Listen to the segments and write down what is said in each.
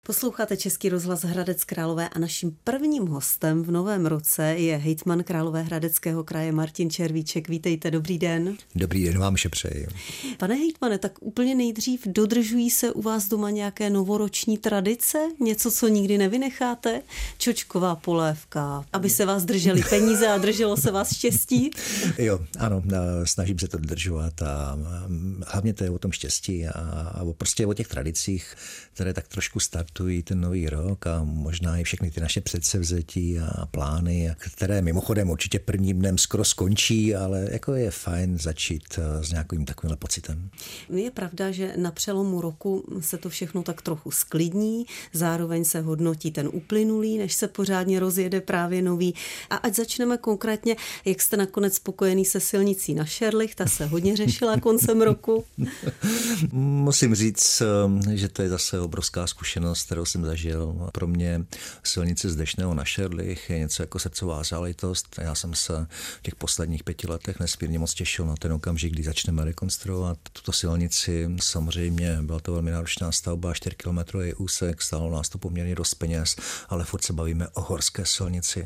Posloucháte Český rozhlas Hradec Králové a naším prvním hostem v novém roce je hejtman Královéhradeckého kraje Martin Červíček. Vítejte, dobrý den. Dobrý den, vám vše přeji. Pane hejtmane, tak úplně nejdřív dodržují se u vás doma nějaké novoroční tradice? Něco, co nikdy nevynecháte? Čočková polévka, aby se vás drželi peníze a drželo se vás štěstí? Jo, ano, snažím se to dodržovat a hlavně to je o tom štěstí a prostě o těch tradicích, které tak trošku startují ten nový rok a možná i všechny ty naše předsevzetí a plány, které mimochodem určitě prvním dnem skoro skončí, ale jako je fajn začít s nějakým takovýmhle pocitem. Je pravda, že na přelomu roku se to všechno tak trochu sklidní, zároveň se hodnotí ten uplynulý, než se pořádně rozjede právě nový. A ať začneme konkrétně, jak jste nakonec spokojený se silnicí na Šerlich, ta se hodně řešila koncem roku. Musím říct, že to je zase obrovská zkušenost, kterou jsem zažil. Pro mě silnice z Deštného na Šerlich je něco jako srdcová záležitost. Já jsem se v těch posledních 5 letech nesmírně moc těšil na ten okamžik, kdy začneme rekonstruovat tuto silnici. Samozřejmě byla to velmi náročná stavba, 4kilometrový úsek, stálo nás to poměrně dost peněz, ale furt se bavíme o horské silnici.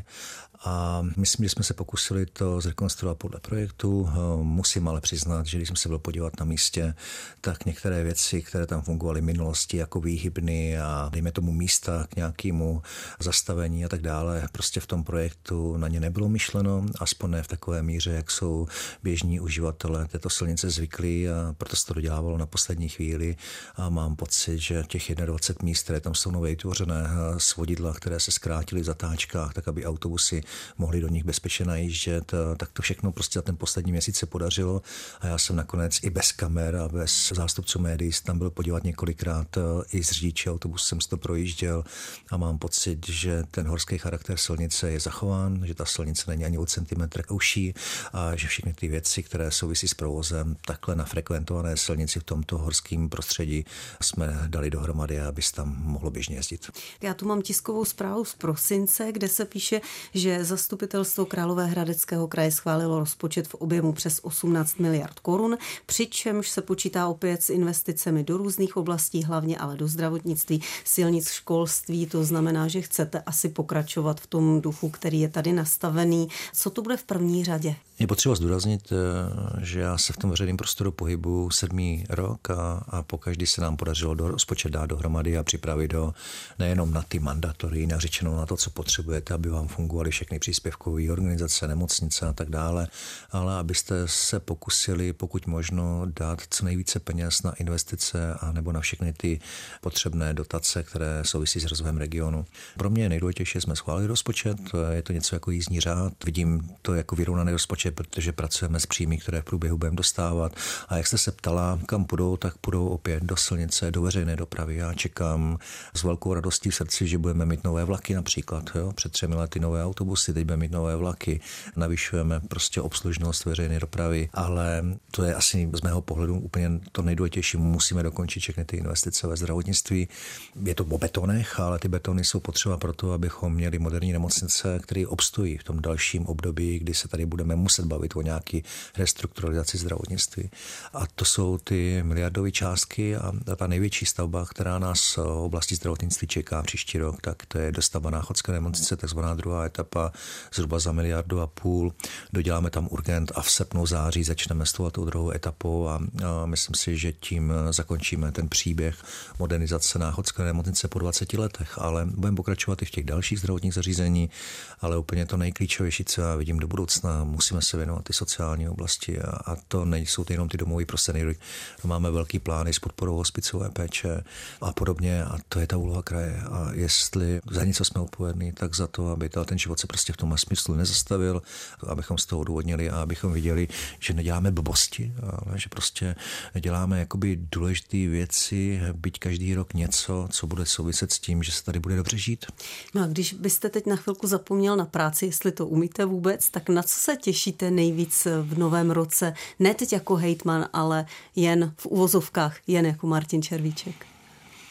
A myslím, že jsme se pokusili to zrekonstruovat podle projektu. Musím ale přiznat, že když jsem se byl podívat na místě, tak některé věci, které tam fungovaly v minulosti, jako výhybny a dejme tomu místa k nějakému zastavení a tak dále, prostě v tom projektu na ně nebylo myšleno, aspoň ne v takové míře, jak jsou běžní uživatelé této silnice zvyklí, a proto se to dodělávalo na poslední chvíli a mám pocit, že těch 21 míst, které tam jsou nově vytvořené, svodidla, které se zkrátily v zatáčkách, tak aby autobusy mohli do nich bezpečně najíždět, tak to všechno prostě za ten poslední měsíc se podařilo a já jsem nakonec i bez kamer a bez zástupců médií tam byl podívat několikrát, i s řidiči autobusu jsem si to projížděl a mám pocit, že ten horský charakter silnice je zachován, že ta silnice není ani o centimetr uší a že všechny ty věci, které souvisí s provozem takhle na frekventované silnici v tomto horském prostředí jsme dali dohromady, aby se tam mohlo běžně jezdit. Já tu mám tiskovou zprávu z prosince, kde se píše, že Zastupitelstvo Královéhradeckého kraje schválilo rozpočet v objemu přes 18 miliard korun, přičemž se počítá opět s investicemi do různých oblastí, hlavně ale do zdravotnictví, silnic, školství. To znamená, že chcete asi pokračovat v tom duchu, který je tady nastavený. Co to bude v první řadě? Je potřeba zdůraznit, že já se v tom veřejném prostoru pohybuju 7. rok a pokaždý se nám podařilo rozpočet dát dohromady a připravit ho nejenom na ty mandatory, nařečeno na to, co potřebujete, aby vám fungovaly všechny příspěvkové organizace, nemocnice a tak dále, ale abyste se pokusili, pokud možno, dát co nejvíce peněz na investice a nebo na všechny ty potřebné dotace, které souvisí s rozvojem regionu. Pro mě je nejdůležitější, že jsme schválili rozpočet, je to něco jako jízdní řád, vidím to jako vyrovnaný rozpočet, protože pracujeme s příjmy, které v průběhu budeme dostávat. A jak jste se ptala, kam půjdou, tak půjdou opět do silnice, do veřejné dopravy. Já čekám s velkou radostí v srdci, že budeme mít nové vlaky například. Jo? Před 3 lety nové autobusy, teď budeme mít nové vlaky, navyšujeme prostě obslužnost veřejné dopravy, ale to je asi z mého pohledu úplně to nejdůležitější. Musíme dokončit všechny ty investice ve zdravotnictví. Je to o betonech, ale ty betony jsou potřeba proto, abychom měli moderní nemocnice, které obstojí v tom dalším období, kdy se tady budeme muset bavit o nějaký restrukturalizaci zdravotnictví. A to jsou ty miliardové částky a ta největší stavba, která nás v oblasti zdravotnictví čeká příští rok, tak to je dostavba Náchodské nemocnice, takzvaná druhá etapa, zhruba za 1,5 miliardy. Doděláme tam urgent a v srpnu, září začneme s tou druhou etapou a myslím si, že tím zakončíme ten příběh modernizace Náchodské nemocnice po 20 letech, ale budeme pokračovat i v těch dalších zdravotních zařízení, ale úplně to nejklíčovější, co já vidím do budoucna, musíme se věnovat ty sociální oblasti a to nejsou ty jenom ty domovy pro seniory. Máme velký plány s podporou hospicové péče a podobně a to je ta úloha kraje. A jestli za něco jsme odpovědní, tak za to, aby ten život se prostě v tom smyslu nezastavil, abychom z toho odůvodnili a abychom viděli, že neděláme blbosti, ale že prostě děláme jakoby důležité věci, byť každý rok něco, co bude souviset s tím, že se tady bude dobře žít. No a když byste teď na chvilku zapomněl na práci, jestli to umíte vůbec, tak na co se těšíte nejvíc v novém roce? Ne teď jako hejtman, ale jen v uvozovkách, jen jako Martin Červíček.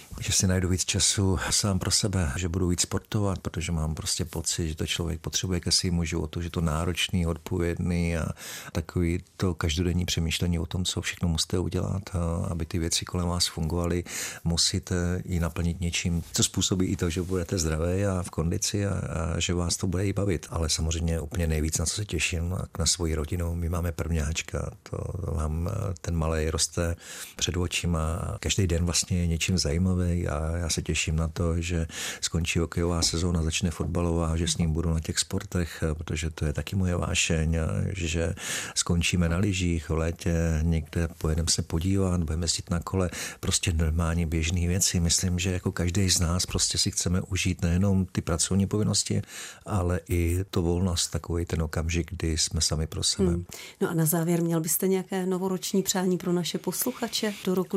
Že si najdu víc času sám pro sebe, že budu víc sportovat, protože mám prostě pocit, že to člověk potřebuje ke svému životu, že to náročný, odpovědný a takový to každodenní přemýšlení o tom, co všechno musíte udělat, aby ty věci kolem vás fungovaly, musíte ji naplnit něčím, co způsobí i to, že budete zdravé a v kondici a že vás to bude i bavit. Ale samozřejmě úplně nejvíc, na co se těším, na svoji rodinu. My máme prvňáčka, to mám, ten malej roste před očima. Každý den vlastně je něčím zajímavý a já se těším na to, že skončí hokejová sezóna, začne fotbalová, že s ním budu na těch sportech, protože to je taky moje vášeň, že skončíme na lyžích v létě, někde pojedeme se podívat, budeme jezdit na kole, prostě normální běžné věci. Myslím, že jako každý z nás prostě si chceme užít nejenom ty pracovní povinnosti, ale i to volnost, takový ten okamžik, kdy jsme sami pro sebe. No a na závěr měl byste nějaké novoroční přání pro naše posluchače do roku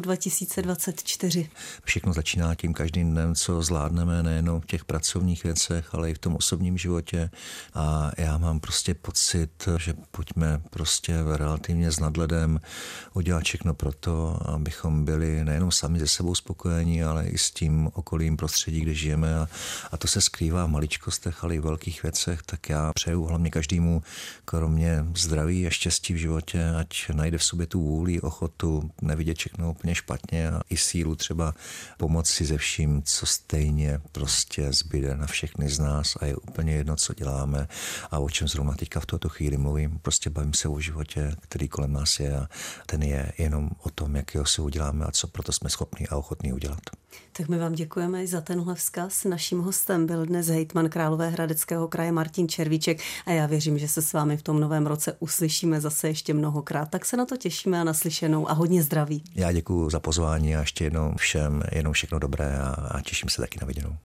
2024? Všechno začíná tím každým dnem, co zvládneme nejenom v těch pracovních věcech, ale i v tom osobním životě. A já mám prostě pocit, že pojďme prostě relativně s nadhledem udělat všechno pro to, abychom byli nejenom sami ze sebou spokojení, ale i s tím okolím prostředí, kde žijeme. A to se skrývá v maličkostech, ale i v velkých věcech. Tak já přeju hlavně každému, kromě zdraví a štěstí v životě, ať najde v sobě tu vůli, ochotu nevidět všechno úplně špatně a i sílu třeba pomoci si ze vším, co stejně prostě zbyde na všechny z nás a je úplně jedno, co děláme a o čem zrovna teďka v tuto chvíli mluvím. Prostě bavím se o životě, který kolem nás je a ten je jenom o tom, jakého si uděláme a co proto jsme schopni a ochotní udělat. Tak my vám děkujeme i za tenhle vzkaz. Naším hostem byl dnes hejtman Královéhradeckého kraje Martin Červíček a já věřím, že se s vámi v tom novém roce uslyšíme zase ještě mnohokrát. Tak se na to těšíme a naslyšenou a hodně zdraví. Já děkuji za pozvání a ještě jednou všem jenom všechno dobré a těším se taky na viděnou.